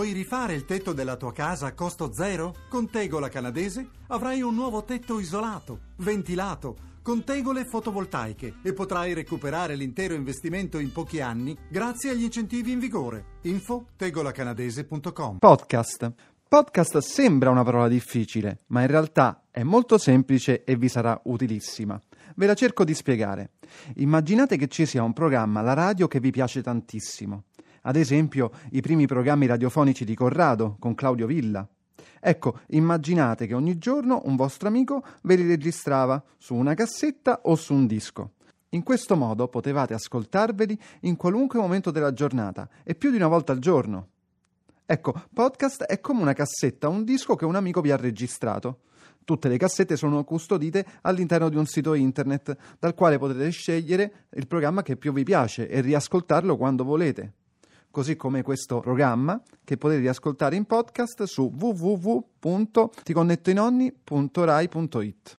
Vuoi rifare il tetto della tua casa a costo zero? Con Tegola Canadese avrai un nuovo tetto isolato, ventilato, con tegole fotovoltaiche e potrai recuperare l'intero investimento in pochi anni grazie agli incentivi in vigore. Info tegolacanadese.com. Podcast sembra una parola difficile, ma in realtà è molto semplice e vi sarà utilissima. Ve la cerco di spiegare. Immaginate che ci sia un programma alla radio che vi piace tantissimo. Ad esempio, i primi programmi radiofonici di Corrado, con Claudio Villa. Ecco, immaginate che ogni giorno un vostro amico ve li registrava su una cassetta o su un disco. In questo modo potevate ascoltarveli in qualunque momento della giornata e più di una volta al giorno. Ecco, podcast è come una cassetta o un disco che un amico vi ha registrato. Tutte le cassette sono custodite all'interno di un sito internet, dal quale potete scegliere il programma che più vi piace e riascoltarlo quando volete. Così come questo programma che potete riascoltare in podcast su www.ticonnettoinonni.rai.it.